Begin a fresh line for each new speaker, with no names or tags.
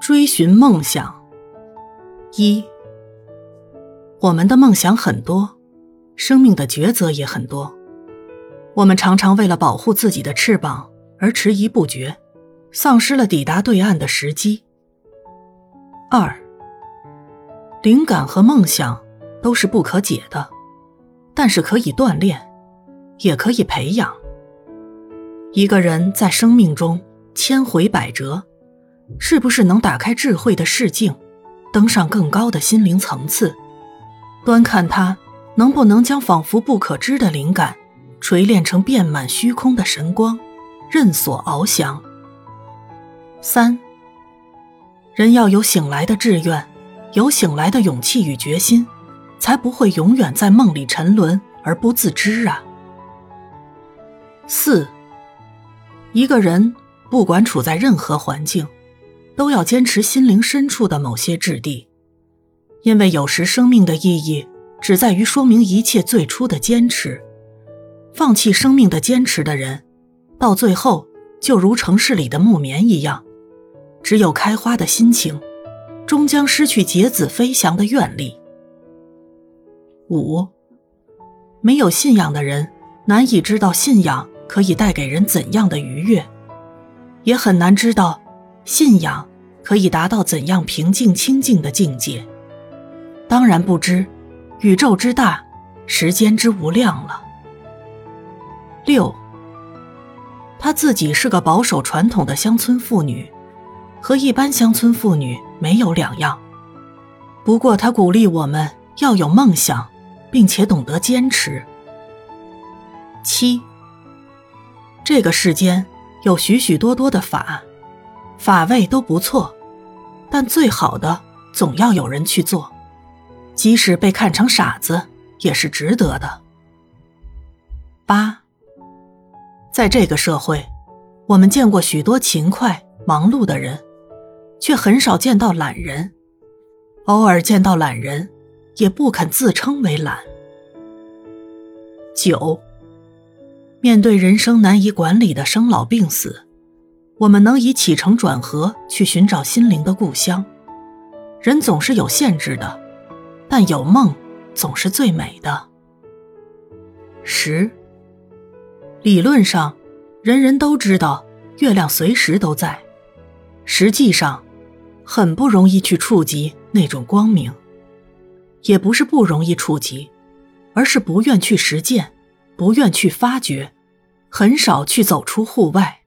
追寻梦想。一，我们的梦想很多，生命的抉择也很多。我们常常为了保护自己的翅膀而迟疑不决，丧失了抵达对岸的时机。二，灵感和梦想都是不可解的，但是可以锻炼，也可以培养。一个人在生命中千回百折，是不是能打开智慧的视境，登上更高的心灵层次，端看他能不能将仿佛不可知的灵感锤炼成遍满虚空的神光，任所翱翔。三，人要有醒来的志愿，有醒来的勇气与决心，才不会永远在梦里沉沦而不自知啊。四，一个人不管处在任何环境，都要坚持心灵深处的某些质地，因为有时生命的意义只在于说明一切最初的坚持。放弃生命的坚持的人，到最后就如城市里的木棉一样，只有开花的心情，终将失去结子飞翔的愿力。五，没有信仰的人难以知道信仰可以带给人怎样的愉悦，也很难知道信仰可以达到怎样平静清净的境界。当然不知宇宙之大，时间之无量了。六，她自己是个保守传统的乡村妇女，和一般乡村妇女没有两样。不过她鼓励我们要有梦想，并且懂得坚持。七，这个世间有许许多多的法位都不错，但最好的总要有人去做，即使被看成傻子也是值得的。八，在这个社会，我们见过许多勤快忙碌的人，却很少见到懒人，偶尔见到懒人，也不肯自称为懒。九，面对人生难以管理的生老病死，我们能以起承转合去寻找心灵的故乡。人总是有限制的，但有梦总是最美的。10，理论上人人都知道月亮随时都在，实际上很不容易去触及那种光明。也不是不容易触及，而是不愿去实践，不愿去发掘，很少去走出户外。